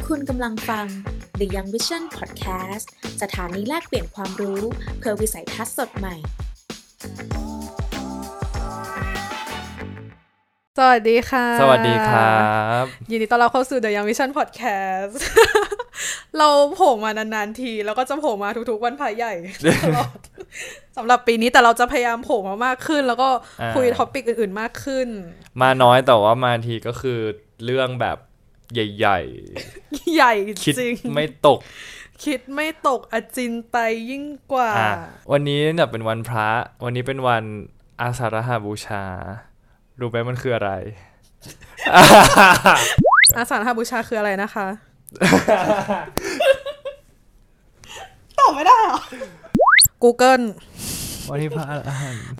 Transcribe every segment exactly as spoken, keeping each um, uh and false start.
คุณกำลังฟัง The Young Vision Podcast สถานีแลกเปลี่ยนความรู้เพื่อวิสัยทัศน์สดใหม่สวัสดีค่ะสวัสดีครับยินดีต้อนรับเข้าสู่ The Young Vision Podcast เราโผล่มานานๆทีแล้วก็จะโผล่มาทุกๆวันพระใหญ่ตลอดสำหรับปีนี้แต่เราจะพยายามโผล่มามากขึ้นแล้วก็คุยท็อปิกอื่นๆมากขึ้นมาน้อยแต่ว่ามาทีก็คือเรื่องแบบใหญ่ๆใหญ่จริงไม่ตกคิดไม่ตกอจินไตยยิ่งกว่าวันนี้เนี่ยเป็นวันพระวันนี้เป็นวันอาสาฬหบูชารู้ไหมมันคืออะไรอาสาฬหบูชาคืออะไรนะคะ ตอบไม่ได้หรอ Google วันนี้พระอรหันต์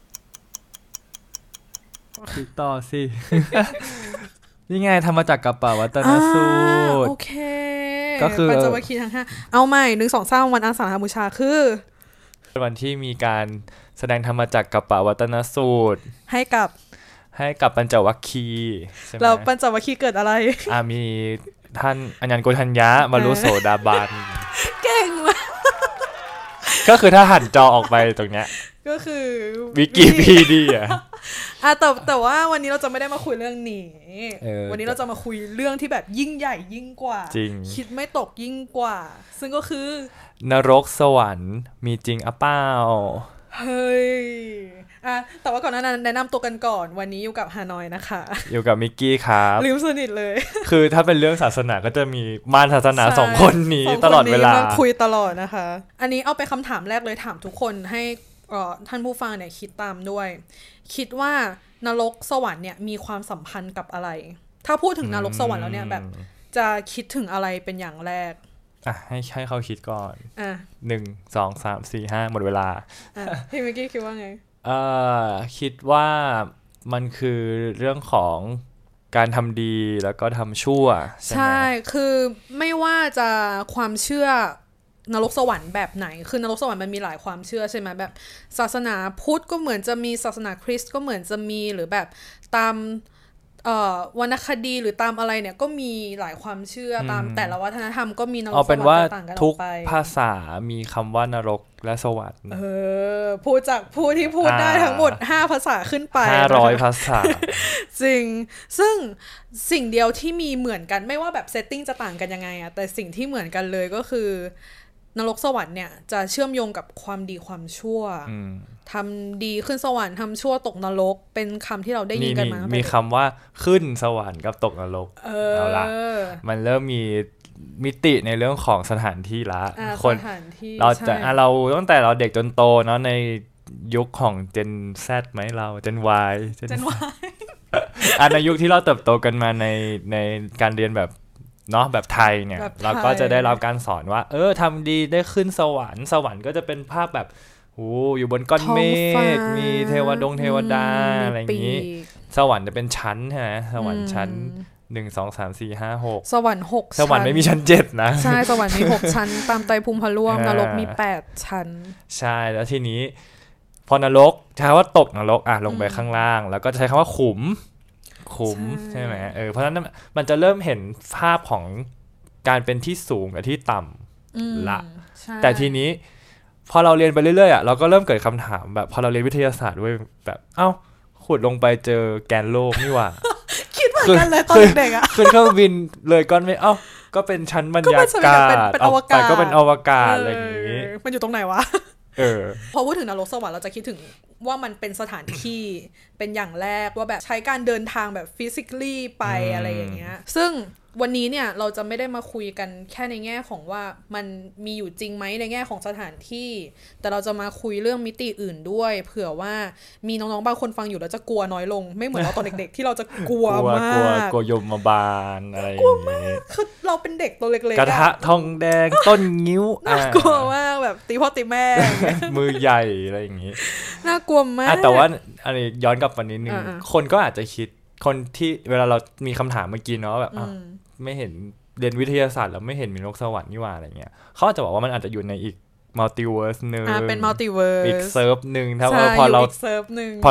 ติดต่อสิ นี่ไงทำมาจากกระเป๋าวัตนสูตรโอเคก็คือปัญจวัคคีย์ทั้งห้าเอาใหม่หนึ่ง สอง สามวันอาสาฬหบูชาคือวันที่มีการแสดงธรรมจักรกระเป๋าวัตนสูตรให้กับให้กับปัญจวัคคีย์ใช่ไหมแล้วปัญจวัคคีย์เกิดอะไรอ่ามีท่านอัญญันโกณทัญญะบรรลุโสดาบันเก่งมากก็คือถ้าหันจอออกไปตรงเนี้ยก็คือวิกิพีเดียอ่ะแต่แต่ว่าวันนี้เราจะไม่ได้มาคุยเรื่องนี้วันนี้เราจะมาคุยเรื่องที่แบบยิ่งใหญ่ยิ่งกว่าคิดไม่ตกยิ่งกว่าซึ่งก็คือนรกสวรรค์มีจริงอ่ะเปล่าเฮ้ยอ่ะแต่ว่าก่อนหน้านั้นแนะนำตัวกันก่อนวันนี้อยู่กับฮานอยนะคะอยู่กับมิกกี้ครับลืมสนิทเลยคือถ้าเป็นเรื่องศาสนาก็จะมีมารศาสนาสองคนนี้ตลอดเวลาคุยตลอดนะคะอันนี้เอาไปคำถามแรกเลยถามทุกคนให้ท่านผู้ฟังเนี่ยคิดตามด้วยคิดว่านรกสวรรค์เนี่ยมีความสัมพันธ์กับอะไรถ้าพูดถึงนรกสวรรค์แล้วเนี่ยแบบจะคิดถึงอะไรเป็นอย่างแรกอ่ะให้ให้เขาคิดก่อนอ่ะหนึ่ง สอง สาม สี่ ห้าหมดเวลาอ่ะพี่มิกกี้คิดว่าไงเอ่อคิดว่ามันคือเรื่องของการทำดีแล้วก็ทำชั่วใช่ไหมใช่คือไม่ว่าจะความเชื่อนรกสวรรค์แบบไหนคือนรกสวรรค์มันมีหลายความเชื่อใช่ไหมแบบศาสนาพุทธก็เหมือนจะมีศาสนาคริสต์ก็เหมือนจะมีหรือแบบตามเอ่อวรรณคดีหรือตามอะไรเนี่ยก็มีหลายความเชื่อตามแต่ละวัฒนธรรมก็มีนรกสวรรค์ต่างกันออกไปทุกภาษามีคำว่านรกและสวรรค์เออพูดจากผู้ที่พูดได้ทั้งหมดห้าภาษาขึ้นไปห้าร้อยภาษาจริงซึ่งสิ่งเดียวที่มีเหมือนกันไม่ว่าแบบเซตติ้งจะต่างกันยังไงอะแต่สิ่งที่เหมือนกันเลยก็คือนรกสวรรค์เนี่ยจะเชื่อมโยงกับความดีความชั่วทำดีขึ้นสวรรค์ทำชั่วตกนรกเป็นคำที่เราได้ยินกันมามีคำว่าขึ้นสวรรค์กับตกนรกเออเอาละมันเริ่มมีมิติในเรื่องของสถานที่ละคนเราจะเราตั้งแต่เราเด็กจนโตเนาะในยุคของ Gen Z ไหมเรา Gen Y Gen Y อันในยุคที่เราเติบโตกันมาในในการเรียนแบบเนาะแบบไทยเนี่ยเราก็จะได้รับการสอนว่าเออทำดีได้ขึ้นสวรรค์สวรรค์ก็จะเป็นภาพแบบโอ้อยู่บนก้อนเมฆมีเทวดงเทวดาอะไรอย่างนี้สวรรค์จะเป็นชั้นใช่ไหมสวรรค์ชั้นหนึ่ง สอง สาม สี่ ห้า หกสวรรค์หกสวรรค์ไม่มีชั้นเจ็ดนะใช่สวรรค์มีหกชั้นตามไตรภูมิพระร่วงนรกมีแปดชั้นใช่แล้วทีนี้พอนรกใช้ว่าตกนรกอ่ะลงไปข้างล่างแล้วก็ใช้คำว่าขุมขุมใช่ไหมเออเพราะฉะนั้นมันจะเริ่มเห็นภาพของการเป็นที่สูงกับที่ต่ำละแต่ทีนี้พอเราเรียนไปเรื่อยๆอ่ะเราก็เริ่มเกิดคำถามแบบพอเราเรียนวิทยาศาสตร์ด้วยแบบเอ้าขุดลงไปเจอแกนโลกนี่หว่าคิดเหมือนกันเลยตอนเด็กอ่ะขึ้นเครื่องบินเลยก้อนเมฆเอ้าก็เป็นชั้นบรรยากาศเอาไปก็เป็นอวกาศอะไรอย่างนี้มันอยู่ตรงไหนวะเออพอพูดถึงนรกสวรรค์เราจะคิดถึงว่ามันเป็นสถานที่เป็นอย่างแรกว่าแบบใช้การเดินทางแบบฟิสิกอลี่ไปอะไรอย่างเงี้ยซึ่งวันนี้เนี่ยเราจะไม่ได้มาคุยกันแค่ในแง่ของว่ามันมีอยู่จริงไหมในแง่ของสถานที่แต่เราจะมาคุยเรื่องมิติอื่นด้วยเผื่อว่ามีน้องๆบางคนฟังอยู่แล้วจะกลัวน้อยลงไม่เหมือนเราตอนเด็กๆที่เราจะกลัวมากกลัวกลัวยมบาลอะไรอย่างเงี้ยคือเราเป็นเด็กตัวเล็กๆกระทะทองแดงต้นงิ้วน่ากลัวมากแบบตีพ่อตีแม่มือใหญ่อะไรอย่างงี้น่ากลัวมากแต่ว่าอันนี้ย้อนกลับมานิดนึงคนก็อาจจะคิดคนที่เวลาเรามีคำถามเมื่อกี้เนาะแบบไม่เห็นเรียนวิทยาศาสตร์แล้วไม่เห็นมีนรกสวรรค์นี่หว่าอะไรเงี้ยเขาจะบอกว่ามันอาจจะอยู่ในอีกมัลติเวิร์สนึงอ่าเป็นมัลติเวิร์สอีกเซิร์ฟนึงถ้าพอเราเซิร์ฟนึงพอเรา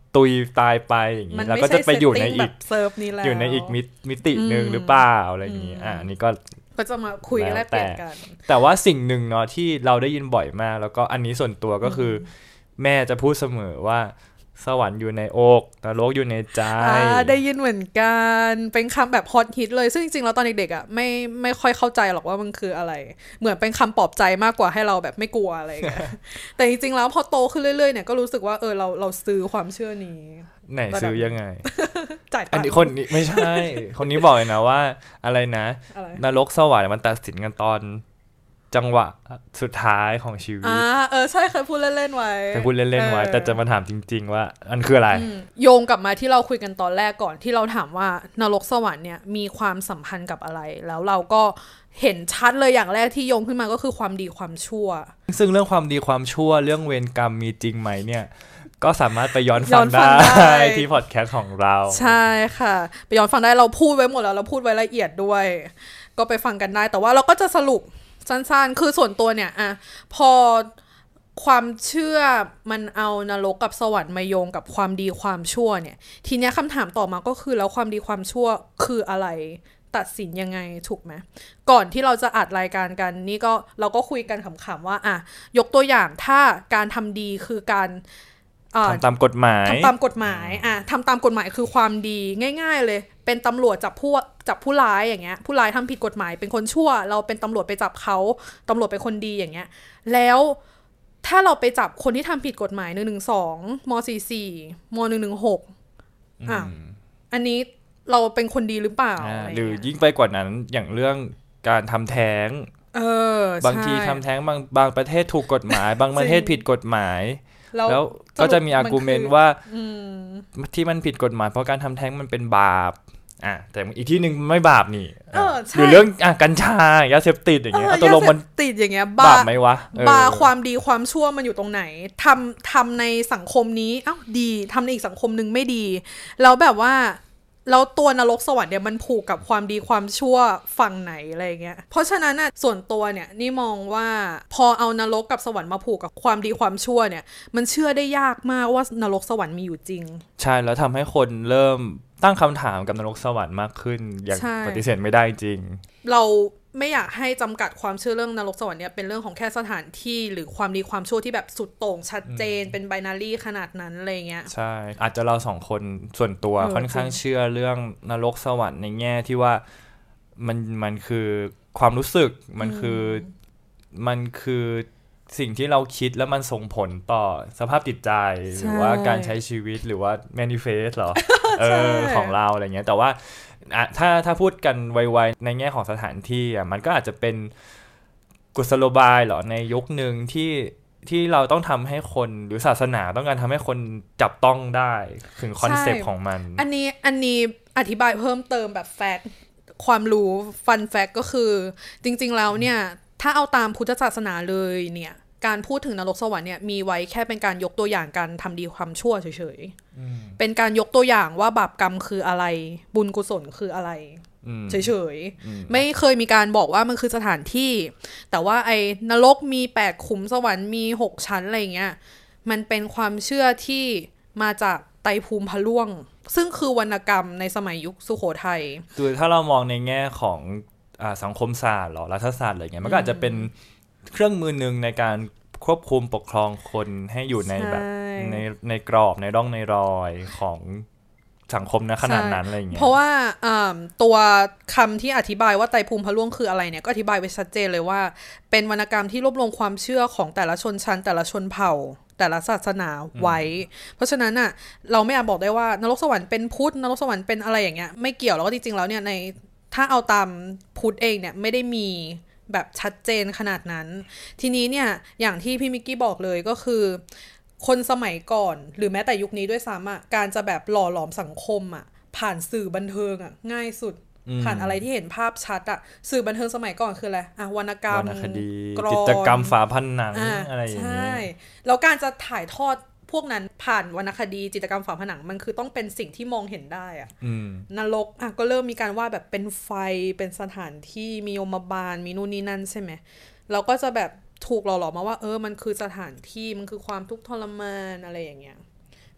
ตุยตายไปอย่างนี้แล้วก็จะไปอยู่ในอีกเซิร์ฟนี้แล้วอยู่ในอีกมิตินึงหรือเปล่าอะไรอย่างนี้อ่ะอันนี้ก็ก็จะมาคุยแลกเปลี่ยนกันแต่ว่าสิ่งหนึ่งเนาะที่เราได้ยินบ่อยมากแล้วก็อันนี้ส่วนตัวก็คือแม่จะพูดเสมอว่าสวรรค์อยู่ในอกนรกอยู่ในใจได้ยินเหมือนกันเป็นคำแบบฮอตฮิตเลยซึ่งจริงๆแล้วตอนเด็กๆอ่ะไม่ไม่ค่อยเข้าใจหรอกว่ามันคืออะไรเหมือนเป็นคำปลอบใจมากกว่าให้เราแบบไม่กลัวอะไรอย่างเงี้ย แต่จริงๆแล้วพอโตขึ้นเรื่อยๆเนี่ยก็รู้สึกว่าเออเราเราซื้อความเชื่อนี้ไหนซื้อยังไงจ่ายตังค์อันนี้คนนี้ไม่ใช่ คนนี้บอกเลยนะว่าอะไรนะนรกสวรรค์มันตัดสินกันตอนจังหวะสุดท้ายของชีวิตอ่าเออใช่เคยพูดเล่นๆไว้เคยพูดเล่นๆไว้แต่จะมาถามจริงๆว่าอันคืออะไรโยงกลับมาที่เราคุยกันตอนแรกก่อนที่เราถามว่านรกสวรรค์เนี่ยมีความสัมพันธ์กับอะไรแล้วเราก็เห็นชัดเลยอย่างแรกที่โยงขึ้นมาก็คือความดีความชั่วซึ่งเรื่องความดีความชั่วเรื่องเวรกรรมมีจริงไหมเนี่ยก็สามารถไปย้อนฟังได้ที่พอดแคสต์ของเราใช่ค่ะไปย้อนฟังได้เราพูดไว้หมดแล้วเราพูดไว้ละเอียดด้วยก็ไปฟังกันได้แต่ว่าเราก็จะสรุปสั้นๆคือส่วนตัวเนี่ยอะพอความเชื่อมันเอานรกกับสวรรค์มาโยงกับความดีความชั่วเนี่ยทีเนี้ยคำถามต่อมาก็คือแล้วความดีความชั่วคืออะไรตัดสินยังไงถูกไหมก่อนที่เราจะอัดรายการกันนี่ก็เราก็คุยกันขำๆว่าอะยกตัวอย่างถ้าการทำดีคือการทำตามกฎหมายทำตามกฎหมายอ่ะทำตามกฎหมายคือความดีง่ายๆเลยเป็นตำรวจจับผู้จับผู้ร้ายอย่างเงี้ยผู้ร้ายทำผิดกฎหมายเป็นคนชั่วเราเป็นตำรวจไปจับเขาตำรวจเป็นคนดีอย่างเงี้ยแล้วถ้าเราไปจับคนที่ทำผิดกฎหมายหนึ่งหนึ่งสองมสี่สี่มหนึ่งหนึ่งหกอ่ะอันนี้เราเป็นคนดีหรือเปล่าหรือยิ่งไปกว่านั้นอย่างเรื่องการทำแท้งเออบางทีทำแท้งบางบางประเทศถูกกฎหมายบางประเทศผิดกฎหมายแล้วก็จะมีอาร์กิวเมนต์ว่าที่มันผิดกฎหมายเพราะการทำแท้งมันเป็นบาปอ่ะแต่อีกที่หนึ่งไม่บาปนี่หรือเรื่องอ่ะกัญชายาเสพติดอย่างเงี้ยตัวลงมันติดอย่างเงี้ยบาปไหมวะบาความดีความชั่วมันอยู่ตรงไหนทำทำในสังคมนี้อ้าวดีทำในอีกสังคมนึงไม่ดีแล้วแบบว่าแล้วตัวนรกสวรรค์เนี่ยมันผูกกับความดีความชั่วฝั่งไหนอะไรเงี้ยเพราะฉะนั้นน่ะส่วนตัวเนี่ยนี่มองว่าพอเอานรกกับสวรรค์มาผูกกับความดีความชั่วเนี่ยมันเชื่อได้ยากมากว่านรกสวรรค์มีอยู่จริงใช่แล้วทำให้คนเริ่มตั้งคำถามกับนรกสวรรค์มากขึ้นอย่างปฏิเสธไม่ได้จริงเราไม่อยากให้จำกัดความเชื่อเรื่องนรกสวรรค์เนี่ยเป็นเรื่องของแค่สถานที่หรือความดีความชั่วที่แบบสุดโต่งชัดเจนเป็นไบนารีขนาดนั้นอะไรเงี้ยใช่อาจจะเราสองคนส่วนตัวค่อนข้างเชื่อเรื่องนรกสวรรค์ในแง่ที่ว่ามันมันคือความรู้สึกมันคือมันคือสิ่งที่เราคิดแล้วมันส่งผลต่อสภาพจิตใจหรือว่าการใช้ชีวิตหรือว่า manifest หรอ เออของเราอะไรเงี้ยแต่ว่าถ้าถ้าพูดกันไวๆในแง่ของสถานที่อ่ะมันก็อาจจะเป็นกุศโลบายเหรอในยุคนึงที่ที่เราต้องทำให้คนหรือศาสนาต้องการทำให้คนจับต้องได้ถึงคอนเซปต์ของมันอันนี้อันนี้อธิบายเพิ่มเติมแบบแฟกต์ความรู้ฟันแฟกต์ก็คือจริงๆแล้วเนี่ยถ้าเอาตามพุทธศาสนาเลยเนี่ยการพูดถึงนรกสวรรค์เนี่ยมีไว้แค่เป็นการยกตัวอย่างการทำดีความชั่วเฉยๆเป็นการยกตัวอย่างว่าบาปกรรมคืออะไรบุญกุศลคืออะไรเฉยๆไม่เคยมีการบอกว่ามันคือสถานที่แต่ว่าไอ้นรกมีแปดขุมสวรรค์มีหกชั้นอะไรเงี้ยมันเป็นความเชื่อที่มาจากไตรภูมิพระล่วงซึ่งคือวรรณกรรมในสมัยยุคสุโขทัยคือถ้าเรามองในแง่ของอ่าสังคมศาสตร์หรอรัฐศาสตร์อะไรเงี้ยมันก็อาจจะเป็นเครื่องมือนึงในการควบคุมปกครองคนให้อยู่ในแบบในในกรอบในร่องในรอยของสังคมณขนาดนั้นอะไรอย่างเงี้ยเพราะว่าตัวคำที่อธิบายว่าไตรภูมิพระล่วงคืออะไรเนี่ยก็อธิบายไว้ชัดเจนเลยว่าเป็นวรรณกรรมที่รวบรวมความเชื่อของแต่ละชนชั้นแต่ละชนเผ่าแต่ละศาสนาไว้เพราะฉะนั้นอ่ะเราไม่อาจบอกได้ว่านรกสวรรค์เป็นพุทธนรกสวรรค์เป็นอะไรอย่างเงี้ยไม่เกี่ยวแล้วก็จริงๆแล้วเนี่ยในถ้าเอาตามพุทธเองเนี่ยไม่ได้มีแบบชัดเจนขนาดนั้นทีนี้เนี่ยอย่างที่พี่มิกกี้บอกเลยก็คือคนสมัยก่อนหรือแม้แต่ยุคนี้ด้วยซ้ำอ่ะการจะแบบหล่อหลอมสังคมอ่ะผ่านสื่อบันเทิงอ่ะง่ายสุดผ่านอะไรที่เห็นภาพชัดอ่ะสื่อบันเทิงสมัยก่อนคืออะไรอ่ะวรรณกรรมวรรณคดีจิตรกรรมฝาผนัง อ, อะไรอย่างนี้ใช่แล้วการจะถ่ายทอดพวกนั้นผ่านวรรณคดีจิตรกรรมฝาผนังมันคือต้องเป็นสิ่งที่มองเห็นได้อ่ะนรกอ่ะก็เริ่มมีการวาดแบบเป็นไฟเป็นสถานที่มียมบาลมีนู่นนี่นั่นใช่ไหมเราก็จะแบบถูกหล่อหลอมมาว่าเออมันคือสถานที่มันคือความทุกข์ทรมานอะไรอย่างเงี้ย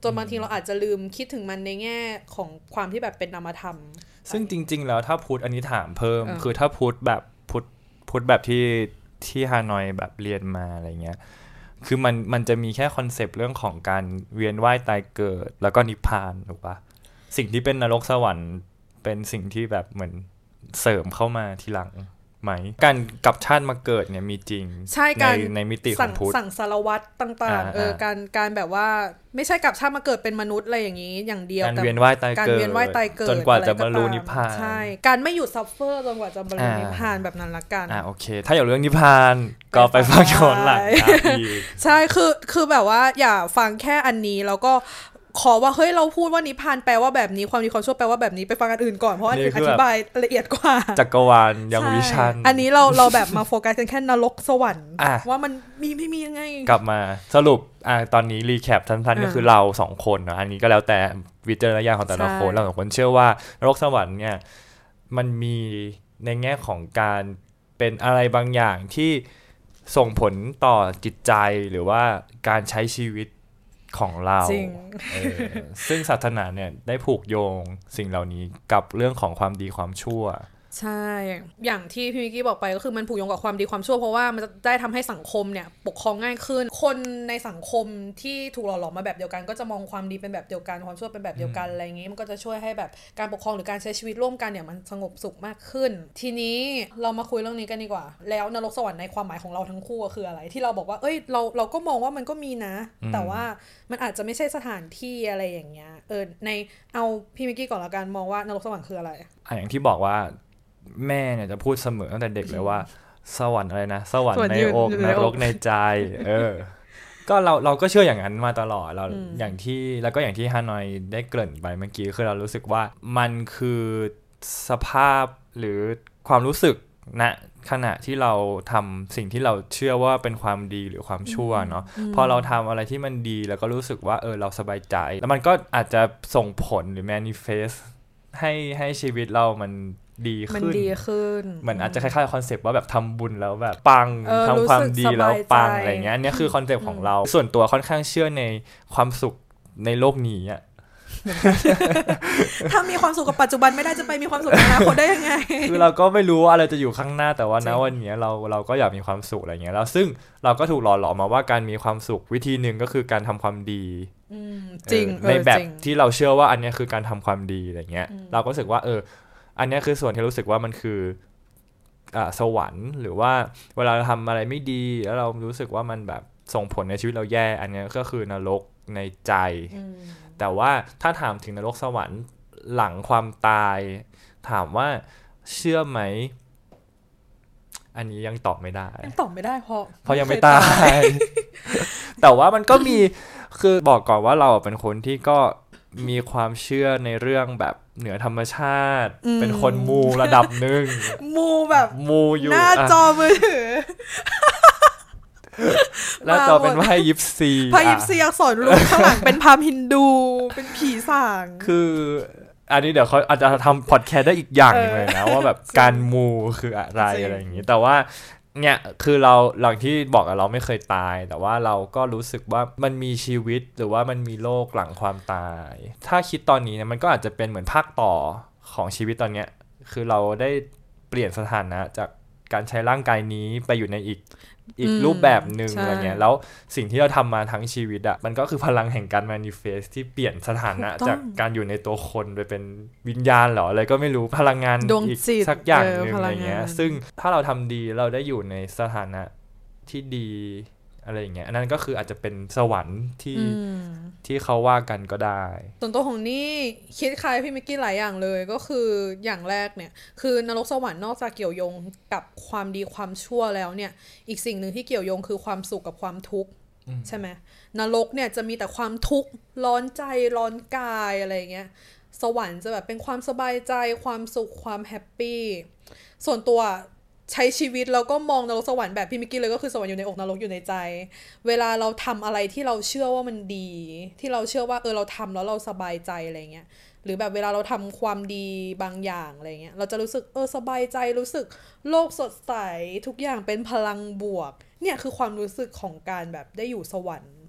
จนบางทีเราอาจจะลืมคิดถึงมันในแง่ของความที่แบบเป็นนามธรรมซึ่งจริงๆแล้วถ้าพุทธอันนี้ถามเพิ่มคือถ้าพุทธแบบพุทธพุทธแบบที่ที่ฮานอยแบบเรียนมาอะไรเงี้ยคือมันมันจะมีแค่คอนเซปต์เรื่องของการเวียนว่ายตายเกิดแล้วก็นิพพานถูกปะสิ่งที่เป็นนรกสวรรค์เป็นสิ่งที่แบบเหมือนเสริมเข้ามาทีหลังไหมการกลับชาติมาเกิดเนี่ยมีจริงใช่การในมิติของพุทธสั่งสารวัตรต่างๆเออการการแบบว่าไม่ใช่กลับชาติมาเกิดเป็นมนุษย์อะไรอย่างนี้อย่างเดียวการเวียนว่ายตายเกิดการเวียนว่ายตายเกิดจนกว่าจะบรรลุนิพพานใช่การไม่หยุดซัฟเฟอร์จนกว่าจะบรรลุนิพพานแบบนั้นละกันอ่าโอเคถ้าอย่างเรื่องนิพพานก็ไปฟังย้อนหลังใช่คือคือแบบว่าอย่าฟังแค่อันนี้แล้วก็ขอว่าเฮ้ยเราพูดว่านิพพานแปลว่าแบบนี้ความดีความชั่วแปลว่าแบบนี้ไปฟังอันอื่นก่อนเพราะอันอื่นอธิบายละเอียดกว่าจักรวาลยังวิชั่นอันนี้เราเราแบบมาโฟกัสกันแค่นรกสวรรค์ว่ามันมีไม่มียังไงกลับมาสรุปอ่ะตอนนี้รีแคปสั้นๆก็คือเราสองคนเนาะอันนี้ก็แล้วแต่วิจารณญาณของแต่ละคนเราสองคนเชื่อว่านรกสวรรค์เนี่ยมันมีในแง่ของการเป็นอะไรบางอย่างที่ส่งผลต่อจิตใจหรือว่าการใช้ชีวิตของเราเออซึ่งศาสนาเนี่ยได้ผูกโยงสิ่งเหล่านี้กับเรื่องของความดีความชั่วใช่อย่างที่พี่มิกกี้บอกไปก็คือมันผูกโยงกับความดีความชั่วเพราะว่ามันจะได้ทำให้สังคมเนี่ยปกครองง่ายขึ้นคนในสังคมที่ถูกหล่อหลอมมาแบบเดียวกันก็จะมองความดีเป็นแบบเดียวกันความชั่วเป็นแบบเดียวกันอะไรอย่างงี้มันก็จะช่วยให้แบบการปกครองหรือการใช้ชีวิตร่วมกันเนี่ยมันสงบสุขมากขึ้นทีนี้เรามาคุยเรื่องนี้กันดีกว่าแล้วนรกสวรรค์ในความหมายของเราทั้งคู่คืออะไรที่เราบอกว่าเอ้ยเราเราก็มองว่ามันก็มีนะแต่ว่ามันอาจจะไม่ใช่สถานที่อะไรอย่างเงี้ยเออในเอาพี่มิกกี้ก่อนละกันมองว่านรกสวรรค์คืออะไรอ่ะอย่างที่บอกว่าแม่เนี่ยจะพูดเสมอตั้งแต่เด็กเลยว่าสวรรค์อะไรนะสวรรค์ในอกนรกในใจเออก็เราเราก็เชื่ออย่างนั้นมาตลอดเราอย่างที่แล้วก็อย่างที่ฮานอยได้เกริ่นไปเมื่อกี้คือเรารู้สึกว่ามันคือสภาพหรือความรู้สึกณขณะที่เราทำสิ่งที่เราเชื่อว่าเป็นความดีหรือความชั่วเนาะพอเราทำอะไรที่มันดีแล้วก็รู้สึกว่าเออเราสบายใจแล้วมันก็อาจจะส่งผลหรือ manifest ให้ให้ชีวิตเรามันดีขึ้นมันดีขึ้นเหมือนอาจจะคล้ายๆคอนเซปต์ว่าแบบทำบุญแล้วแบบปังทำความดีแล้วปังอะไรเงี้ยนี่คือคอนเซปต์ของเราส่วนตัวค่อนข้างเชื่อในความสุขในโลกนี้อ่ะถ้ามีความสุขกับปัจจุบันไม่ได้จะไปมีความสุขในอนาคตได้ยังไงคือเราก็ไม่รู้ว่าอะไรจะอยู่ข้างหน้าแต่ว่าณวันนี้เราเราก็อยากมีความสุขอะไรเงี้ยแล้วซึ่งเราก็ถูกหล่อหลอมมาว่าการมีความสุขวิธีนึงก็คือการทำความดีจริงในแบบที่เราเชื่อว่าอันนี้คือการทำความดีอะไรเงี้ยเราก็รู้สึกว่าเอออันนี้คือส่วนที่รู้สึกว่ามันคืออ่าสวรรค์หรือว่าเวลาเราทำอะไรไม่ดีแล้วเรารู้สึกว่ามันแบบส่งผลในชีวิตเราแย่อันนี้ก็คือนรกในใจแต่ว่าถ้าถามถึงนรกสวรรค์หลังความตายถามว่าเชื่อไหมอันนี้ยังตอบไม่ได้ยังตอบไม่ได้เพราะเพราะยังไม่ตายแต่ว่ามันก็มีคือบอกก่อนว่าเราเป็นคนที่ก็มีความเชื่อในเรื่องแบบเหนือธรรมชาติเป็นคนมูระดับหนึ่งมูแบบมูอยู่หน้าจอมือถือแล้วจอเป็นไพ่ยิปซีไพ่ยิปซีอักษรรูปข้างหลังเป็นพราหมณ์ฮินดูเป็นผีสางคืออันนี้เดี๋ยวเขาอาจจะทำพอดแคสต์ได้อีกอย่างนึงเลยนะว่าแบบการมูคืออะไรอะไรอย่างนี้แต่ว่าเนี่ยคือเราหลังที่บอกเราไม่เคยตายแต่ว่าเราก็รู้สึกว่ามันมีชีวิตหรือว่ามันมีโลกหลังความตายถ้าคิดตอนนี้เนี่ยมันก็อาจจะเป็นเหมือนภาคต่อของชีวิตตอนเนี้ยคือเราได้เปลี่ยนสถานะจากการใช้ร่างกายนี้ไปอยู่ในอีกอีกรูปแบบนึงอะไรเงี้ยแล้วสิ่งที่เราทำมาทั้งชีวิตอะมันก็คือพลังแห่งการ manifest ที่เปลี่ยนสถานะจากการอยู่ในตัวคนไปเป็นวิญญาณเหรออะไรก็ไม่รู้พลังงานอีกสักอย่างนึงอะไรเงี้ยซึ่งถ้าเราทำดีเราได้อยู่ในสถานะที่ดีอะไรอย่างเงี้ยอันนั้นก็คืออาจจะเป็นสวรรค์ที่ที่เขาว่ากันก็ได้ส่วนตัวของนี่คิดคล้ายพี่มิกกี้หลายอย่างเลยก็คืออย่างแรกเนี่ยคือนรกสวรรค์นอกจากเกี่ยวโยงกับความดีความชั่วแล้วเนี่ยอีกสิ่งหนึ่งที่เกี่ยวโยงคือความสุขกับความทุกข์ใช่ไหมนรกเนี่ยจะมีแต่ความทุกข์ร้อนใจร้อนกายอะไรเงี้ยสวรรค์จะแบบเป็นความสบายใจความสุขความแฮปปี้ส่วนตัวใช้ชีวิตแล้วก็มองนรกสวรรค์แบบพี่มิกกี้เลยก็คือสวรรค์อยู่ในอกนรกอยู่ในใจเวลาเราทำอะไรที่เราเชื่อว่ามันดีที่เราเชื่อว่าเออเราทำแล้วเราสบายใจอะไรเงี้ยหรือแบบเวลาเราทำความดีบางอย่างอะไรเงี้ยเราจะรู้สึกเออสบายใจรู้สึกโลกสดใสทุกอย่างเป็นพลังบวกเนี่ยคือความรู้สึกของการแบบได้อยู่สวรรค์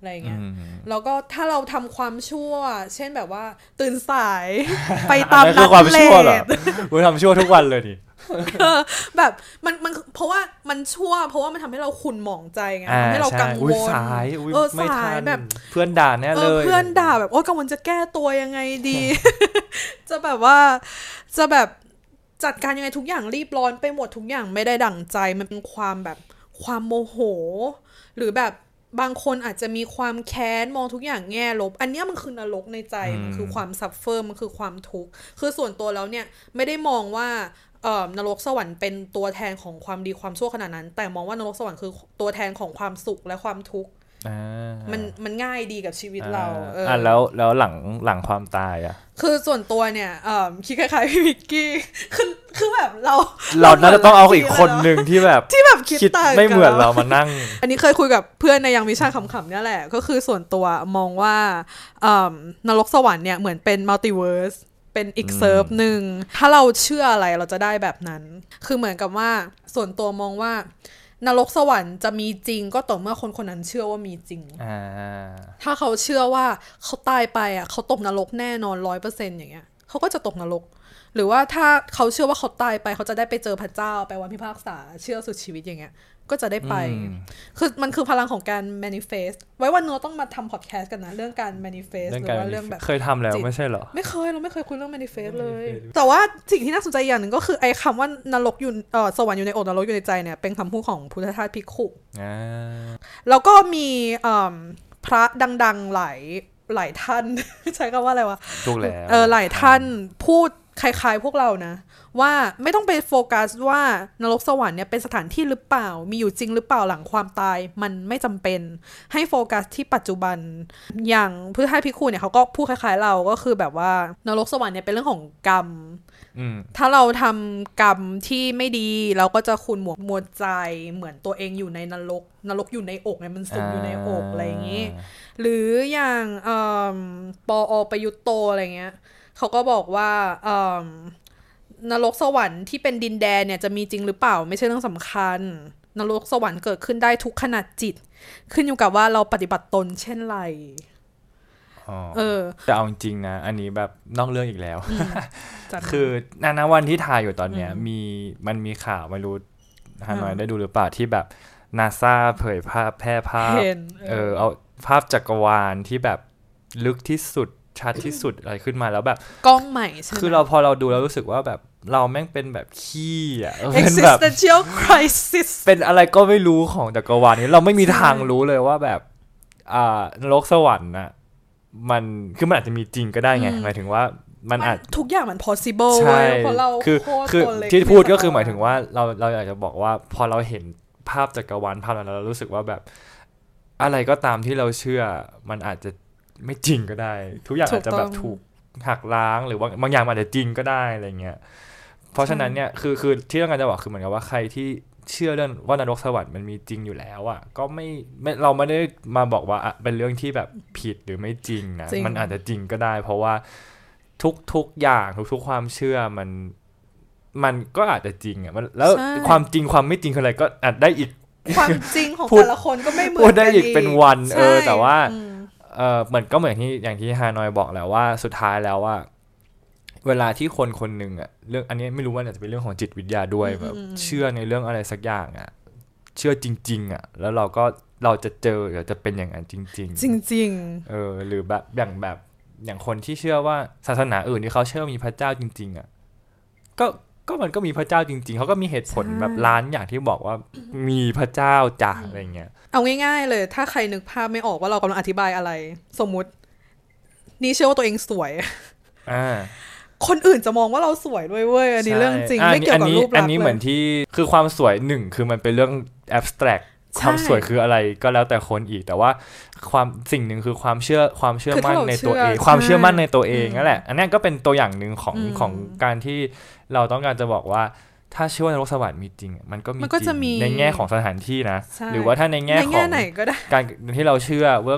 อะไรเงี้ยแล้วก็ถ้าเราทำความชั่วเช่นแบบว่าตื่นสาย ไปตามนัดเลทกูทำชั่วทุกวันเลยนี่แบบมันมันเพราะว่ามันชั่วเพราะว่ามันทำให้เราขุ่นหมองใจไงทำให้เรากังวลสายเออสายแบบเพื่อนด่าแน่เลยเพื่อนด่าแบบโอ้กังวลจะแก้ตัวยังไงดี จะแบบว่าจะแบบจัดการยังไงทุกอย่างรีบร้อนไปหมดทุกอย่างไม่ได้ดั่งใจมันเป็นความแบบความโมโหหรือแบบบางคนอาจจะมีความแค้นมองทุกอย่างแง่ลบอันนี้มันคือนรกในใจมันคือความซัฟเฟอร์มันคือความทุกข์คือส่วนตัวแล้วเนี่ยไม่ได้มองว่าเอ่อนรกสวรรค์เป็นตัวแทนของความดีความชั่วขนาดนั้นแต่มองว่านรกสวรรค์คือตัวแทนของความสุขและความทุกข์มันมันง่ายดีกับชีวิตเราเอออ่ะแล้วแล้วหลังหลังความตายอ่ะคือส่วนตัวเนี่ยเอ่อคิดคล้ายๆพี่วิกกี้คือคือแบบเราเราน่าจะต้องเอาอีกคนนึงที่แบบที่แบบคิดไม่เหมือนเรามานั่งอันนี้เคยคุยกับเพื่อนในยังวิชาขำๆเนี่ยแหละก็คือส่วนตัวมองว่าเอ่อนรกสวรรค์เนี่ยเหมือนเป็นมัลติเวิร์สเป็นอีกเซิร์ฟหนึ่งถ้าเราเชื่ออะไรเราจะได้แบบนั้นคือเหมือนกับว่าส่วนตัวมองว่านรกสวรรค์จะมีจริงก็ต่อเมื่อคนคนนั้นเชื่อว่ามีจริงถ้าเขาเชื่อว่าเขาตายไปอ่ะเขาตกนรกแน่นอน ร้อยเปอร์เซ็นต์ อย่างเงี้ยเขาก็จะตกนรกหรือว่าถ้าเขาเชื่อว่าเขาตายไปเขาจะได้ไปเจอพระเจ้าไปวันพิพากษาเชื่อสุดชีวิตอย่างเงี้ยก็จะได้ไปคือมันคือพลังของการ manifest ไว้วันโน้ต้องมาทำ podcast กันนะเรื่องการ manifest หรือว่าเรื่องแบบเคยทำแล้วไม่ใช่เหรอไม่เคยเราไม่เคยคุยเรื่อง manifest เลยแต่ว่าสิ่งที่น่าสนใจอย่างหนึ่งก็คือไอ้คำว่านรกอยู่เอ่อสวรรค์อยู่ในอกนรกอยู่ในใจเนี่ยเป็นคำพูดของพุทธทาสภิกขุแล้วก็มีพระดังๆหลายหลายท่านใช้คำว่าอะไรวะถูกแล้วเออหลายท่านพูดคล้ายๆพวกเรานะว่าไม่ต้องไปโฟกัสว่านรกสวรรค์เนี่ยเป็นสถานที่หรือเปล่ามีอยู่จริงหรือเปล่าหลังความตายมันไม่จำเป็นให้โฟกัสที่ปัจจุบันอย่างพุทธทาสภิกขุเนี่ยเขาก็พูดคล้ายๆเราก็คือแบบว่านรกสวรรค์เนี่ยเป็นเรื่องของกรรมถ้าเราทำกรรมที่ไม่ดีเราก็จะขุ่นหมองมัวใจเหมือนตัวเองอยู่ในนรกนรกอยู่ในอกไงมันสุกอยู่ในอกอะไรอย่างนี้หรืออย่างปอประยุตโตอะไรเงี้ยเขาก็บอกว่านรกสวรรค์ที่เป็นดินแดนเนี่ยจะมีจริงหรือเปล่าไม่ใช่เรื่องสำคัญนรกสวรรค์เกิดขึ้นได้ทุกขณะจิตขึ้นอยู่กับว่าเราปฏิบัติตนเช่นไรเออแต่เอาจริงนะอันนี้แบบนอกเรื่องอีกแล้ว คือณวันที่ถ่ายอยู่ตอนเนี้ยมีมันมีข่าวไม่รู้ฮานอยได้ดูหรือเปล่าที่แบบ NASA เผยภาพแพร่ภาพเออเอาภาพจักรวาลที่แบบลึกที่สุดชัดที่สุดอะไรขึ้นมาแล้วแบบกล้องใหม่ใช่ไหมคือเราพอเราดูแล้วรู้สึกว่าแบบเราแม่งเป็นแบบขี้อ่ะ existential crisis เป็นอะไรก็ไม่รู้ของจักรวาลนี้เราไม่มีทางรู้เลยว่าแบบอ่านรกสวรรค์น่ะมันคือมันอาจจะมีจริงก็ได้ไงหมายถึงว่ามันอาจทุกอย่างมัน possible ใช่เพราะเราคือคือที่พูดก็คือหมายถึงว่าเราเราอยากจะบอกว่าพอเราเห็นภาพจักรวาลภาพนั้นเรารู้สึกว่าแบบอะไรก็ตามที่เราเชื่อมันอาจจะไม่จริงก็ได้ทุกอย่างอาจจะแบบถูกหักล้างหรือว่าบางอย่างอาจจะจริงก็ได้อะไรเงี้ยเพราะฉะนั้นเนี่ยคือคือที่ต้องการจะบอกคือเหมือนกับว่าใครที่เชื่อเรื่องว่านรกสวรรค์มันมีจริงอยู่แล้วอ่ะก็ไม่ไม่เราไม่ได้มาบอกว่าเป็นเรื่องที่แบบผิดหรือไม่จริงนะมันอาจจะจริงก็ได้เพราะว่าทุกทุกอย่างทุกทุกความเชื่อมันมันก็อาจจะจริงอ่ะมันแล้วความจริงความไม่จริงคืออะไรก็อาจได้อีกความจริงของแต่ละคนก็ไม่เหมือนกันพูดได้อีกเป็นวันเออแต่ว่าเออเหมือนก็เหมือนที่อย่างที่ฮานอยบอกแล้วว่าสุดท้ายแล้วว่าเวลาที่คนคนหนึ่งอ่ะเรื่องอันนี้ไม่รู้ว่าอาจจะเป็นเรื่องของจิตวิทยาด้วยแบบเชื่อในเรื่องอะไรสักอย่างอ่ะเชื่อจริงๆอ่ะแล้วเราก็เราจะเจอหรือจะเป็นอย่างนั้นจริงๆจริงๆเออหรือแบบอย่างแบบอย่างคนที่เชื่อว่าศาสนาอื่นที่เขาเชื่อมีพระเจ้าจริงๆอ่ะก็ก็มันก็มีพระเจ้าจริงๆเขาก็มีเหตุผลแบบล้านอย่างที่บอกว่ามีพระเจ้าจ้ะอะไรเงี้ยเอาง่ายๆเลยถ้าใครนึกภาพไม่ออกว่าเรากำลังอธิบายอะไรสมมุตินี่เชื่อว่าตัวเองสวยอ่าคนอื่นจะมองว่าเราสวยด้วยเว้ยอันนี้เรื่องจริงไม่เกี่ยวกับรูปลักษณ์เลยอันนี้เหมือนที่คือความสวยหนึ่งคือมันเป็นเรื่อง abstract ความสวยคืออะไรก็แล้วแต่คนอีกแต่ว่าความสิ่งหนึ่งคือความเชื่อความเชื่อมั่นในตัวเองความเชื่อมั่นในตัวเองนั่นแหละอันนี้ก็เป็นตัวอย่างหนึ่งของของการที่เราต้องการจะบอกว่าถ้าเชื่อว่านรกสวรรค์มีจริงมันก็มีจริงในแง่ของสถานที่นะหรือว่าถ้าในแง่ของการที่เราเชื่อเรื่องแบบ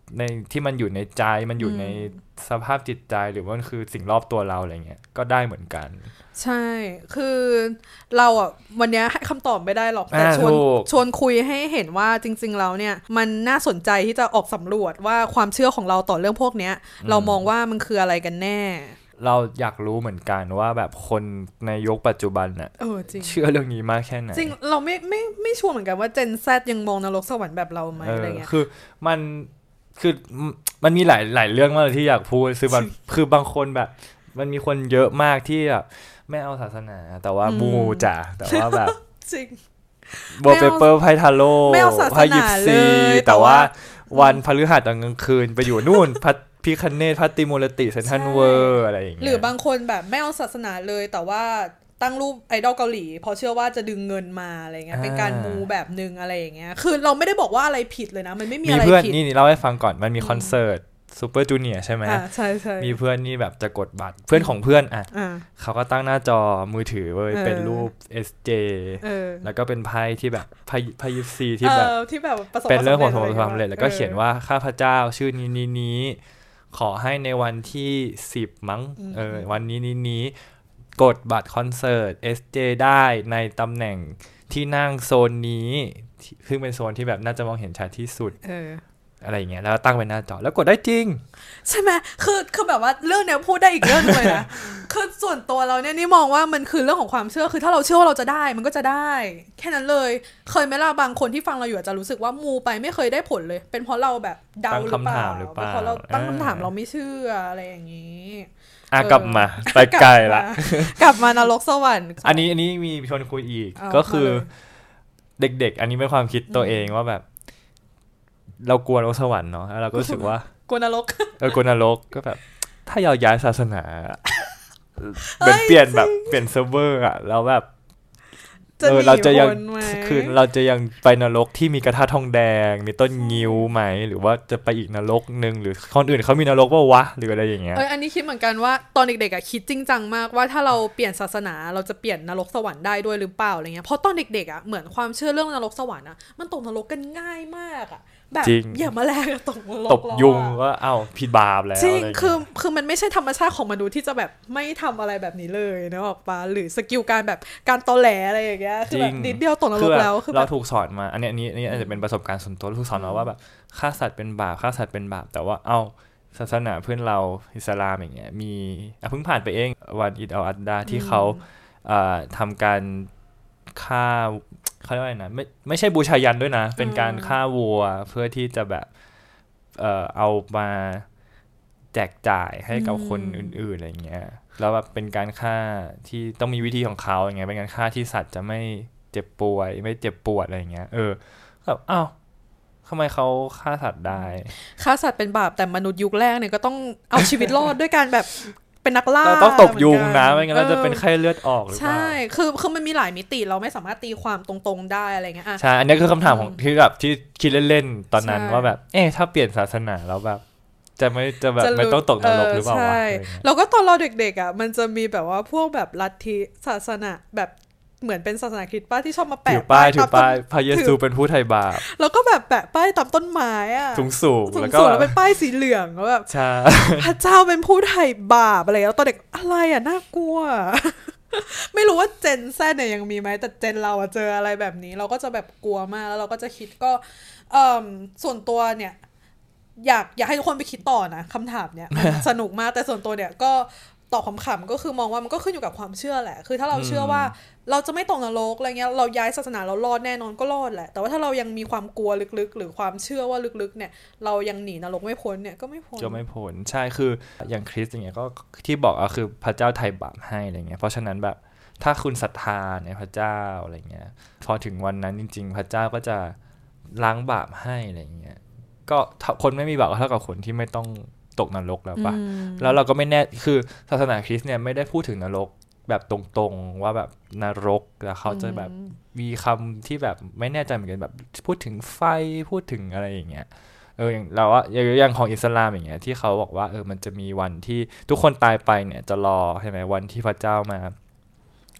ในที่มันอยู่ในใจมันอยู่ในสภาพจิตใจหรือว่ามันคือสิ่งรอบตัวเราอะไรเงี้ยก็ได้เหมือนกันใช่คือเราอ่ะวันนี้ให้คำตอบไม่ได้หรอกแต่ชวนชวนคุยให้เห็นว่าจริงๆแล้วเนี่ยมันน่าสนใจที่จะออกสำรวจว่าความเชื่อของเราต่อเรื่องพวกเนี้ยเรามองว่ามันคืออะไรกันแน่เราอยากรู้เหมือนกันว่าแบบคนในยุคปัจจุบันน่ะเออจริงเชื่อเรื่องนี้มากแค่ไหนจริงเราไม่ไม่ไม่ชัวร์เหมือนกันว่า Gen Z ยังมองนรกสวรรค์แบบเราไหม อ, อะไรเงี้ยคือมันคือมันมีหลายหลายเรื่องมากเลยที่อยากพูดคือมันคือบางคนแบบมันมีคนเยอะมากที่แบบไม่เอาศาสนาแต่ว่ามูจ๋าแต่ว่าแบบจริงโบเปเปอร์ไพทาโร่ไพยิปซีแต่ว่าวันพฤหัสตอนกลางคืนไปอยู่นู่นพัทพิคเนตพัตติมูลติเซนทันเวอร์อะไรอย่างเงี้ยหรือบางคนแบบไม่เอาศาสนาเลยแต่ว่าตั้งรูปไอดอลเกาหลีเพราะเชื่อว่าจะดึงเงินมาอะไรเงี้ยเป็นการมูแบบนึงอะไรอย่างเงี้ยคือเราไม่ได้บอกว่าอะไรผิดเลยนะมันไม่มีอะไรผิดมีเพื่อนนี่เล่าให้ฟังก่อนมันมีคอนเสิร์ตซูเปอร์จูเนียร์ใช่ไหมอ่าใช่ใช่มีเพื่อนนี่แบบจะกดบัตรเพื่อนของเพื่อนอ่ะเขาก็ตั้งหน้าจอมือถือไว้เป็นรูป เอส เจ แล้วก็เป็นไพ่ที่แบบไพ่ไพ่ยิปซีที่แบบที่แบบเป็นเรื่องของความสำเร็จแล้วก็เขียนว่าข้าพเจ้าชื่อนี้นี้นี้ขอให้ในวันที่สิบมั้งเออวันนี้นี้นี้กดบัตรคอนเสิร์ต เอส เจ ได้ในตำแหน่งที่นั่งโซนนี้ซึ่งเป็นโซนที่แบบน่าจะมองเห็นชัดที่สุดอะไรอย่างเงี้ยแล้วตั้งไว้หน้าจอแล้วกดได้จริงใช่ไหมคือคือแบบว่าเรื่องเนี้ยพูดได้อีกเรื่องเลยนะ คือส่วนตัวเราเนี่ยนี่มองว่ามันคือเรื่องของความเชื่อคือถ้าเราเชื่อว่าเราจะได้มันก็จะได้แค่นั้นเลยเคยไหมล่ะบางคนที่ฟังเราอยู่อาจจะรู้สึกว่ามูไปไม่เคยได้ผลเลยเป็นเพราะเราแบบเดาหรือเปล่าเป็นเพราะเราตั้งคำถามเราไม่เชื่ออะไรอย่างนี้อ่ะกลับมาไปไกลละกลับมานรกสวรรค์อันนี้อันนี้มีชวนคุยอีกก็คือเด็กๆอันนี้เป็นความคิดตัวเองว่าแบบเรากลัวนรกสวรรค์เนาะแล้วเราก็รู้สึกว่ากลัวนรกเออกลัวนรกก็แบบถ้าเราย้ายศาสนาเป็นเปลี่ยนแบบเปลี่ยนเซิร์ฟเวอร์อ่ะแล้วแบบเออเราจะยังคือเราจะยังไปนรกที่มีกระทะทองแดงมีต้นงิ้วไหมหรือว่าจะไปอีกนรกนึงหรือคนอื่นเขามีนรกว่าวะหรืออะไรอย่างเงี้ยเอออันนี้คิดเหมือนกันว่าตอนเด็กๆอ่ะคิดจริงจังมากว่าถ้าเราเปลี่ยนศาสนาเราจะเปลี่ยนนรกสวรรค์ได้ด้วยหรือเปล่าอะไรเงี้ยเพราะตอนเด็กๆอ่ะเหมือนความเชื่อเรื่องนรกสวรรค์อ่ะมันตกนรกกันง่ายมากอ่ะแบบอย่ามาแลกตกนรกตบยุงก็เอ้าผิดบาปแล้วจริงคือคือมันไม่ใช่ธรรมชาติของมนุษย์ที่จะแบบไม่ทำอะไรแบบนี้เลยนะออกปะหรือสกิลการแบบการตอแหลอะไรอย่างเงี้ยคือแบบนิดเดียวตกนรกแล้วคือเราถูกสอนมาอันนี้อันนี้นี่อาจจะเป็นประสบการณ์ส่วนตัวถูกสอนมาว่าแบบฆ่าสัตว์เป็นบาปฆ่าสัตว์เป็นบาปแต่ว่าเอ้าศาสนาเพื่อนเราอิสลามอย่างเงี้ยมีอ่ะเพิ่งผ่านไปเองวันอีดอัลอัดดาที่เขาอ่าทำการฆ่าเขาเรียกว่าอะไรนะไม่ไม่ใช่บูชายันด้วยนะเป็นการฆ่าวัวเพื่อที่จะแบบเอ่อเอามาแจกจ่ายให้กับคนอื่นๆอะไรเงี้ยแล้วแบบเป็นการฆ่าที่ต้องมีวิธีของเขาอย่างเงี้ยเป็นการฆ่าที่สัตว์จะไม่เจ็บป่วยไม่เจ็บปวดอะไรเงี้ยเออแบบอ้าวทำไมเขาฆ่าสัตว์ได้ฆ่าสัตว์เป็นบาปแต่มนุษย์ยุคแรกเนี่ยก็ต้องเอาชีวิตรอดด้วยการแบบเป็นนักล่าต้องตบยุงนะไม่งั้นเราจะเป็นไข้เลือดออกหรือเปล่าใช่คือคือมันมีหลายมิติเราไม่สามารถตีความตรงๆได้อะไรเงี้ยใช่อันนี้คือคำถามของที่แบบที่คิดเล่นๆตอนนั้นว่าแบบเอ๊ะถ้าเปลี่ยนศาสนาแล้วแบบจะไม่จะแบบไม่ต้องตกนรกหรือเปล่าวะแล้วก็ตอนเราเด็กๆอ่ะมันจะมีแบบว่าพวกแบบลัทธิศาสนาแบบเหมือนเป็นศาสนาคริสต์ป้าที่ชอบมาแปะป้ายถือป้ายพระเยซูเป็นผู้ไถ่บาปแล้วก็แบบแปะป้ายตามต้นไม้อ่ะสูงสูงแล้วก็แล้วเป็นป้ายสีเหลืองแล้วแบบพระเจ้าเป็นผู้ไถ่บาปอะไรแล้วตอนเด็กอะไรอ่ะน่ากลัวไม่รู้ว่าเจนแซดเนี่ยยังมีไหมแต่เจนเราเจออะไรแบบนี้เราก็จะแบบกลัวมากแล้วเราก็จะคิดก็เอ่อส่วนตัวเนี่ยอยากอยากให้ทุกคนไปคิดต่อนะคำถามเนี่ยสนุกมากแต่ส่วนตัวเนี่ยก็ตอบขำๆก็คือมองว่ามันก็ขึ้นอยู่กับความเชื่อแหละคือถ้าเราเชื่อว่าเราจะไม่ตกนรกอะไรเงี้ยเราย้ายศาสนาเรารอดแน่นอนก็รอดแหละแต่ว่าถ้าเรายังมีความกลัวลึกๆหรือความเชื่อว่าลึกๆเนี่ยเรายังหนีนรกไม่พ้นเนี่ยก็ไม่พ้นก็ไม่พ้นใช่คืออย่างคริสต์อย่างเงี้ยก็ที่บอกก็คือพระเจ้าไถ่บาปให้อะไรเงี้ยเพราะฉะนั้นแบบถ้าคุณศรัทธาในพระเจ้าอะไรเงี้ยพอถึงวันนั้นจริงๆพระเจ้าก็จะล้างบาปให้อะไรเงี้ยก็คนไม่มีบาปก็เท่ากับคนที่ไม่ต้องตกนรกแล้วป่ะแล้วเราก็ไม่แน่คือศาสนาคริสต์เนี่ยไม่ได้พูดถึงนรกแบบตรงๆว่าแบบนรกแต่เขาจะแบบมีคำที่แบบไม่แน่ใจเหมือนกันแบบพูดถึงไฟพูดถึงอะไรอย่างเงี้ยเอออย่างเราว่าอย่างของอิสลามอย่างเงี้ยที่เขาบอกว่าเออมันจะมีวันที่ทุกคนตายไปเนี่ยจะรอใช่ไหมวันที่พระเจ้ามา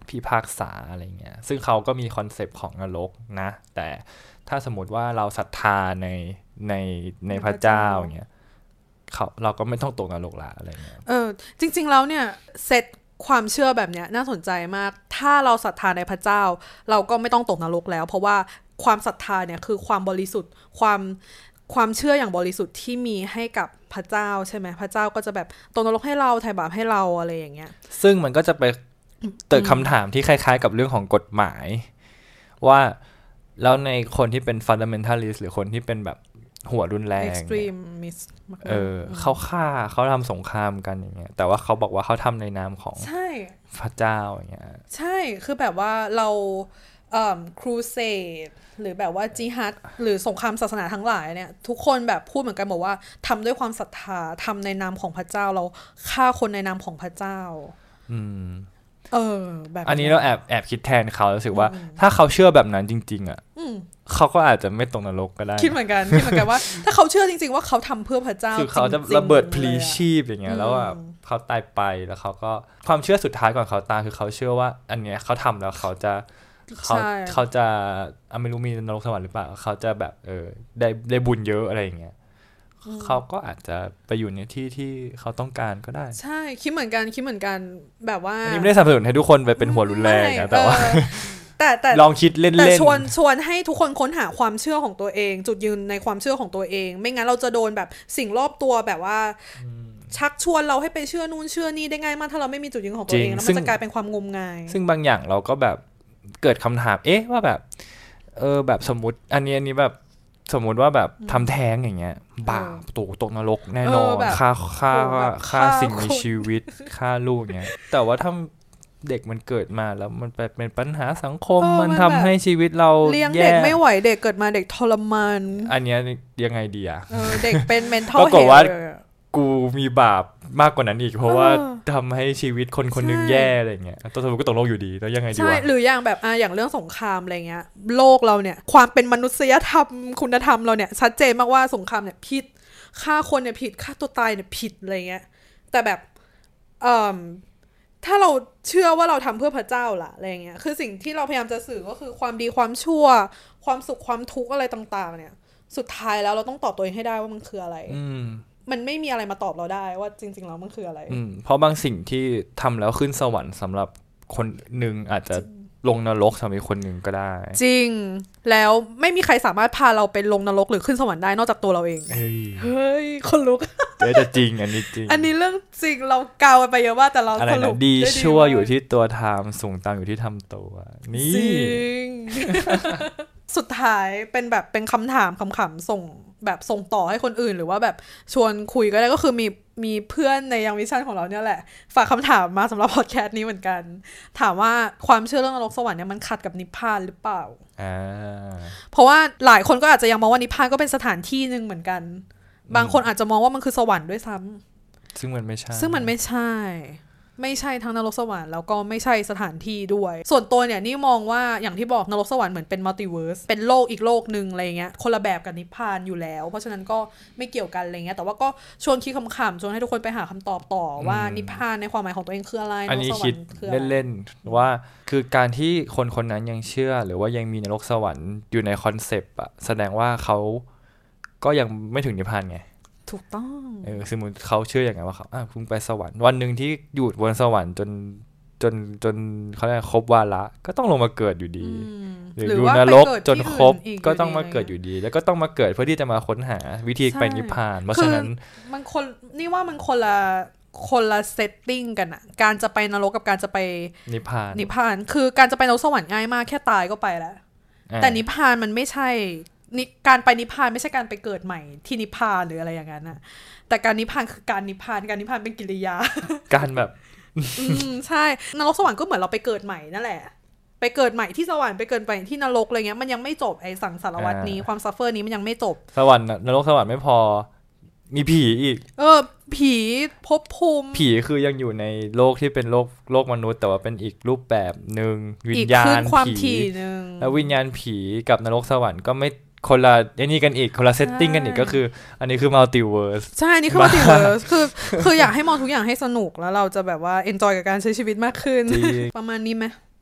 พิพากษาอะไรเงี้ยซึ่งเขาก็มีคอนเซปต์ของนรกนะแต่ถ้าสมมติว่าเราศรัทธาในในในพระเจ้าอย่างเงี้ยเขาเราก็ไม่ต้องตกนรกละอะไรเงี้ยเออจริงๆแล้วเนี่ยเซตความเชื่อแบบเนี้ยน่าสนใจมากถ้าเราศรัทธาในพระเจ้าเราก็ไม่ต้องตกนรกแล้วเพราะว่าความศรัทธาเนี่ยคือความบริสุทธิ์ความความเชื่ออย่างบริสุทธิ์ที่มีให้กับพระเจ้าใช่ไหมพระเจ้าก็จะแบบตกนรกให้เราไถ่บาปให้เราอะไรอย่างเงี้ยซึ่งมันก็จะไปเกิดคำถามที่คล้ายๆกับเรื่องของกฎหมายว่าแล้วในคนที่เป็น fundamentalist หรือคนที่เป็นแบบหัวรุนแรง extremist เออเขาฆ่าเขาทำสงครามกันอย่างเงี้ยแต่ว่าเขาบอกว่าเขาทำในนามของพระเจ้าอย่างเงี้ยใช่คือแบบว่าเราเอ่อครูเสดหรือแบบว่าจิฮัดหรือสงครามศาสนาทั้งหลายเนี่ยทุกคนแบบพูดเหมือนกันบอกว่าทำด้วยความศรัทธาทำในนามของพระเจ้าเราฆ่าคนในนามของพระเจ้าอืมเออแบบอันนี้เราแอบแอบคิดแทนเขารู้สึกว่าถ้าเขาเชื่อแบบนั้นจริงๆอ่ะเขาก็อาจจะไม่ตกนรกก็ได้คิดเหมือนกันคิดเหมือนกันว่าถ้าเขาเชื่อจริงๆว่าเขาทำเพื่อพระเจ้าคือเขาจะระเบิดพลีชีพอย่างเงี้ยแล้วแบบเขาตายไปแล้วเขาก็ความเชื่อสุดท้ายก่อนเขาตายคือเขาเชื่อว่าอันเนี้ยเขาทำแล้วเขาจะเขาเขาจะไม่รู้มีนรกสวรรค์หรือเปล่าเขาจะแบบเออได้ได้บุญเยอะอะไรอย่างเงี้ยเขาก็อาจจะไปอยู่ในที่ที่เขาต้องการก็ได้ใช่คิดเหมือนกันคิดเหมือนกันแบบว่าอันนี้ไม่ได้สนับสนุนให้ทุกคนไปเป็นหัวรุนแรงนะแต่ว่าแต่แต่ลองคิดเล่นๆแต่ชวนชวนให้ทุกคนค้นหาความเชื่อของตัวเองจุดยืนในความเชื่อของตัวเองไม่งั้นเราจะโดนแบบสิ่งรอบตัวแบบว่าชักชวนเราให้ไปเชื่อนู่นเชื่อนี่ได้ง่ายมากถ้าเราไม่มีจุดยืนของตัวเองแล้วมันจะกลายเป็นความงมงายซึ่งบางอย่างเราก็แบบเกิดคำถามเอ๊ะว่าแบบเออแบบสมมติอันนี้อันนี้แบบสมมติว่าแบบทำแท้งอย่างเงี้ยบาปตกตกนรกแน่นอนฆ่าฆ่าฆ่าสิ่งมีชีวิตฆ่าลูกเงี้ยแต่ว่าถ้าเด็กมันเกิดมาแล้วมันเป็นปัญหาสังคมมันทำให้ชีวิตเราเลี้ยงเด็กไม่ไหวเด็กเกิดมาเด็กทรมานอันนี้ยังไงดีอะเด็กเป็น mental healthกูมีบาปมากกว่านั้นอีกเพราะว่าทำให้ชีวิตคนคนนึงแย่อะไรเงี้ยตัวสมมติก็ตกโลกอยู่ดีแล้วยังไงดีวะใช่หรืออย่างแบบอ่ะอย่างเรื่องสงครามอะไรเงี้ยโลกเราเนี่ยความเป็นมนุษยธรรมคุณธรรมเราเนี่ยชัดเจนมากว่าสงครามเนี่ยผิดฆ่าคนเนี่ยผิดฆ่าตัวตายเนี่ยผิดอะไรเงี้ยแต่แบบเอ่อถ้าเราเชื่อว่าเราทำเพื่อพระเจ้าล่ะอะไรเงี้ยคือสิ่งที่เราพยายามจะสื่อก็คือความดีความชั่วความสุขความทุกข์อะไรต่างๆเนี่ยสุดท้ายแล้วเราต้องตอบตัวเองให้ได้ว่ามันคืออะไรมันไม่มีอะไรมาตอบเราได้ว่าจริงๆแล้วมันคืออะไรอืมเพราะบางสิ่งที่ทำแล้วขึ้นสวรรค์สำหรับคนหนึ่งอาจจะลงนรกสำหรับคนหนึ่งก็ได้จริงแล้วไม่มีใครสามารถพาเราไปลงนรกหรือขึ้นสวรรค์ได้นอกจากตัวเราเองเฮ้ยเฮ้ยคนลุกแต่จริงอันนี้จริงอันนี้เรื่องจริงเราเกาไปเยอะมากแต่เราสรุปดีชั่วอยู่ที่ตัวทำสูงต่ำอยู่ที่ทำตัวนี่จริง สุดท้ายเป็นแบบเป็นคำถามคำขำส่งแบบส่งต่อให้คนอื่นหรือว่าแบบชวนคุยก็ได้ก็คือมีมีเพื่อนในยังวิชั่นของเราเนี่ยแหละฝากคำถามมาสำหรับพอดแคสต์นี้เหมือนกันถามว่าความเชื่อเรื่องนรกสวรรค์เนี่ยมันขัดกับนิพพานหรือเปล่าอ่าเพราะว่าหลายคนก็อาจจะยังมองว่านิพพานก็เป็นสถานที่นึงเหมือนกันบางคนอาจจะมองว่ามันคือสวรรค์ด้วยซ้ำซึ่งมันไม่ใช่ซึ่งมันไม่ใช่ไม่ใช่ทั้งนรกสวรรค์แล้วก็ไม่ใช่สถานที่ด้วยส่วนตัวเนี่ยนี่มองว่าอย่างที่บอกนรกสวรรค์เหมือนเป็นมัลติเวิร์สเป็นโลกอีกโลกนึงอะไรเงี้ยคนละแบบกับนิพพานอยู่แล้วเพราะฉะนั้นก็ไม่เกี่ยวกันอะไรเงี้ยแต่ว่าก็ชวนคิดคำๆชวนให้ทุกคนไปหาคำตอบต่อว่านิพพานในความหมายของตัวเองคืออะไรอันนี้คิดเล่นๆว่าคือการที่คนคนนั้นยังเชื่อหรือว่ายังมีนรกสวรรค์อยู่ในคอนเซปต์อะแสดงว่าเขาก็ยังไม่ถึงนิพพานไงถูกต้องเออสมมุติเขาเชื่ออย่างไงว่าเขาอ่ะคุณไปสวรรค์วันนึงที่อยู่บนสวรรค์จนจนจนเขาเรียกครบวาระก็ต้องลงมาเกิดอยู่ดีหรืออยู่นรกจนครบก็ต้องมาเกิดอยู่ดีแล้วก็ต้องมาเกิดเพื่อที่จะมาค้นหาวิธีไปนิพพานเพราะฉะนั้นมันคนนี่ว่ามันคนละคนละเซตติ้งกันอะการจะไปนรกกับการจะไปนิพพานนิพพานคือการจะไปนรกสวรรค์ง่ายมากแค่ตายก็ไปแล้วแต่นิพพานมันไม่ใช่การไปนิพพานไม่ใช่การไปเกิดใหม่ที่นิพพานหรืออะไรอย่างนั้นนะแต่การนิพพานคือการนิพพานการนิพพานเป็นกิริยาการแบบอืมใช่นรกสวรรค์ก็เหมือนเราไปเกิดใหม่นั่นแหละไปเกิดใหม่ที่สวรรค์ไปเกิดใหม่ที่นรกอะไรเงี้ยมันยังไม่จบไอ้สังสารวัฏนี้ความซัฟเฟอร์นี้มันยังไม่จบสวรรค์นรกสวรรค์ไม่พอมีผีอีกเออผีภพภูมิผีคือยังอยู่ในโลกที่เป็นโลกโลกมนุษย์แต่ว่าเป็นอีกรูปแบบนึงวิญญาณผีแล้ววิญญาณผีกับนรกสวรรค์ก็ไม่คนละอย่างนี้กันอีกคนละเซตติ้งกันอีกก็คืออันนี้คือมัลติเวิร์สใช่อันนี้คือมัลติเวิร์สคือคืออยากให้มองทุกอย่างให้สนุกแล้วเราจะแบบว่าเอนจอยกับการใช้ชีวิตมากขึ้นประมาณนี้ไหม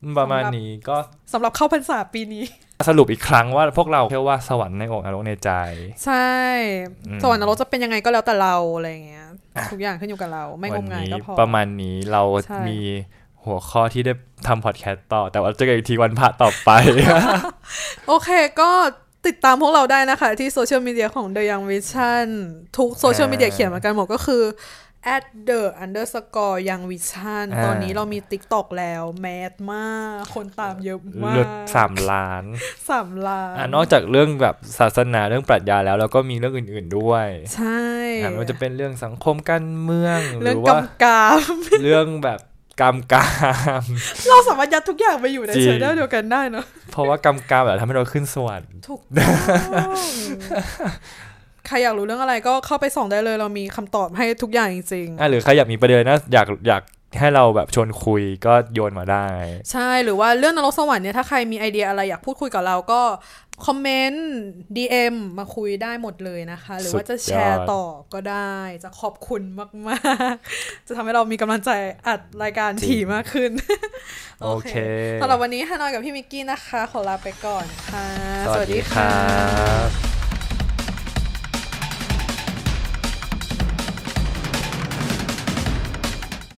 ประมาณนี้ก็สำหรับเข้าพรรษาปีนี้สรุปอีกครั้งว่าพวกเราเชื่อว่าสวรรค์ในอกนรกในใจใช่สวรรค์นรกจะเป็นยังไงก็แล้วแต่เราอะไรเงี้ยทุกอย่างขึ้นอยู่กับเราไม่งมงายก็พอประมาณนี้เรามีหัวข้อที่ได้ทำพอดแคสต์ต่อแต่ว่าเจอกันอีกทีวันพระต่อไปโอเคก็ติดตามพวกเราได้นะคะที่โซเชียลมีเดียของ The Young Vision ทุกโซเชียลมีเดียเขียนเหมือนกันหมดก็คือ at the underscore young vision ตอนนี้เรามี TikTok แล้วแมสมากคนตามเยอะมากสามล้านสามล้านอ่ะนอกจากเรื่องแบบศาสนาเรื่องปรัชญาแล้วเราก็มีเรื่องอื่นๆด้วยใช่อ่ะมันจะเป็นเรื่องสังคมการเมืองหรือว่า กามเรื่องแบบกามกามเราสามารถยัดทุกอย่างไปอยู่ในเชนเนลเดียวกันได้เนาะเพราะว่ากามกามแบบทำให้เราขึ้นสวรรค์ถูกต้องใครอยากรู้เรื่องอะไรก็เข้าไปส่องได้เลยเรามีคำตอบให้ทุกอย่างจริงๆอ่ะหรือใครอยากมีประเด็นนะอยากอยากให้เราแบบชวนคุยก็โยนมาได้ใช่หรือว่าเรื่องนรกสวรรค์เนี่ยถ้าใครมีไอเดียอะไรอยากพูดคุยกับเราก็คอมเมนต์ ดี เอ็ม มาคุยได้หมดเลยนะคะหรือว่าจะแชร์ต่อก็ได้จะขอบคุณมากๆจะทำให้เรามีกำลังใจอัดรายการถี่มากขึ้นโอเคสำหรับวันนี้ฮานอยกับพี่มิกกี้นะคะขอลาไปก่อนค่ะสวัสดีครับ